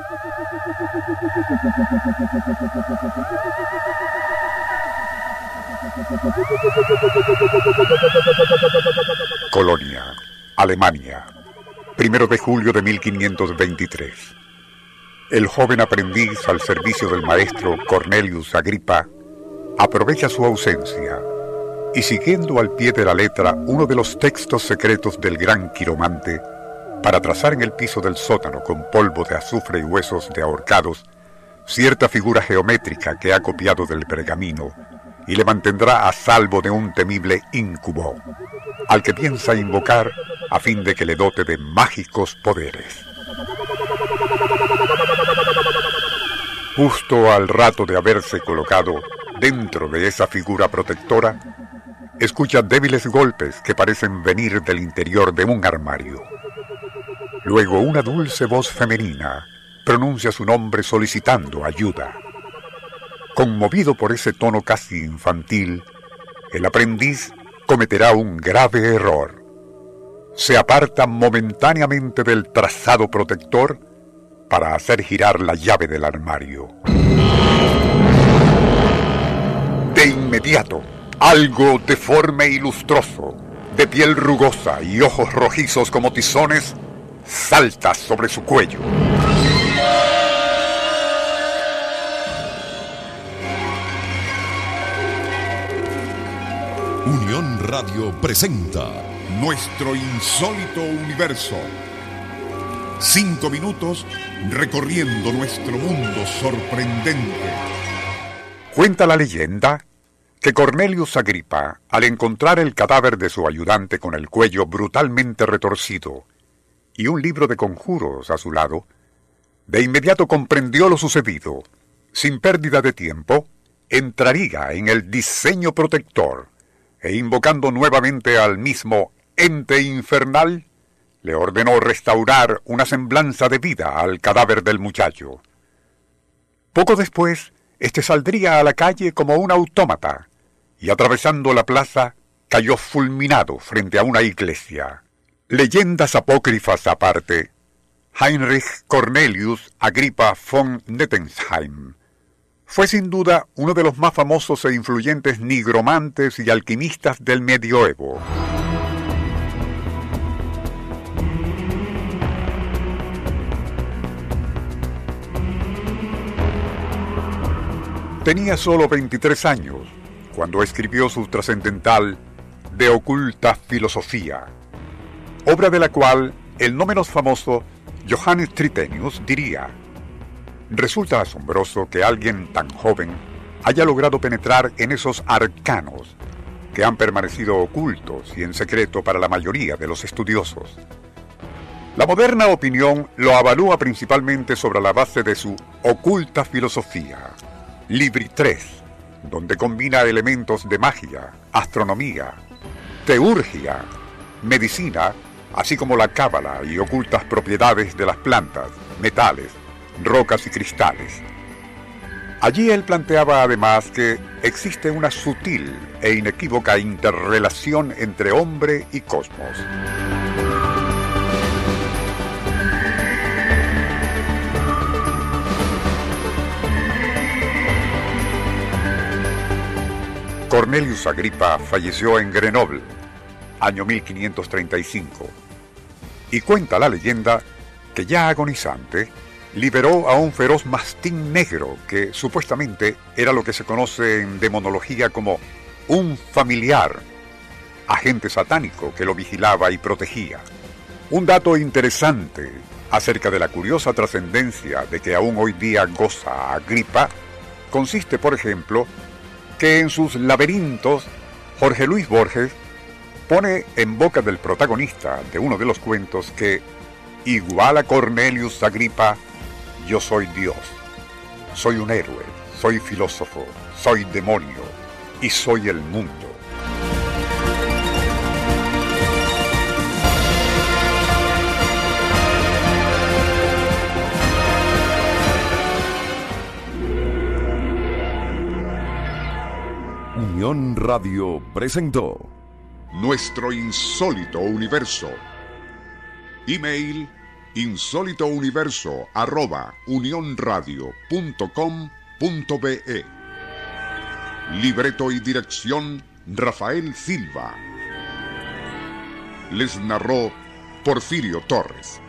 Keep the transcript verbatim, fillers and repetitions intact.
Colonia, Alemania, primero de julio de mil quinientos veintitrés. El joven aprendiz al servicio del maestro Cornelius Agripa aprovecha su ausencia y, siguiendo al pie de la letra uno de los textos secretos del gran quiromante, para trazar en el piso del sótano con polvo de azufre y huesos de ahorcados cierta figura geométrica que ha copiado del pergamino y le mantendrá a salvo de un temible íncubo, al que piensa invocar a fin de que le dote de mágicos poderes. Justo al rato de haberse colocado dentro de esa figura protectora, escucha débiles golpes que parecen venir del interior de un armario. Luego una dulce voz femenina pronuncia su nombre solicitando ayuda. Conmovido por ese tono casi infantil, el aprendiz cometerá un grave error. Se aparta momentáneamente del trazado protector para hacer girar la llave del armario. De inmediato, algo deforme y lustroso, de piel rugosa y ojos rojizos como tizones, salta sobre su cuello. Unión Radio presenta Nuestro insólito universo. Cinco minutos recorriendo nuestro mundo sorprendente. Cuenta la leyenda que Cornelius Agripa, al encontrar el cadáver de su ayudante con el cuello brutalmente retorcido y un libro de conjuros a su lado, de inmediato comprendió lo sucedido. Sin pérdida de tiempo, entraría en el diseño protector e, invocando nuevamente al mismo ente infernal, le ordenó restaurar una semblanza de vida al cadáver del muchacho. Poco después, éste saldría a la calle como un autómata y, atravesando la plaza, cayó fulminado frente a una iglesia. Leyendas apócrifas aparte, Heinrich Cornelius Agripa von Nettesheim fue sin duda uno de los más famosos e influyentes nigromantes y alquimistas del medioevo. Tenía solo veintitrés años cuando escribió su trascendental De Occulta Filosofía, obra de la cual el no menos famoso Johannes Trithenius diría: resulta asombroso que alguien tan joven haya logrado penetrar en esos arcanos que han permanecido ocultos y en secreto para la mayoría de los estudiosos. La moderna opinión lo avalúa principalmente sobre la base de su Oculta Filosofía, Libri tres, donde combina elementos de magia, astronomía, teurgia, medicina, así como la cábala y ocultas propiedades de las plantas, metales, rocas y cristales. Allí él planteaba además que existe una sutil e inequívoca interrelación entre hombre y cosmos. Cornelius Agripa falleció en Grenoble, año mil quinientos treinta y cinco, y cuenta la leyenda que ya agonizante liberó a un feroz mastín negro que supuestamente era lo que se conoce en demonología como un familiar, agente satánico que lo vigilaba y protegía. Un dato interesante acerca de la curiosa trascendencia de que aún hoy día goza Agripa consiste, por ejemplo, que en sus laberintos Jorge Luis Borges pone en boca del protagonista de uno de los cuentos que, igual a Cornelius Agripa, yo soy Dios, soy un héroe, soy filósofo, soy demonio y soy el mundo. Unión Radio presentó Nuestro insólito universo. Email insólitouniverso arroba unionradio punto com punto be. Libreto y dirección Rafael Silva. Les narró Porfirio Torres.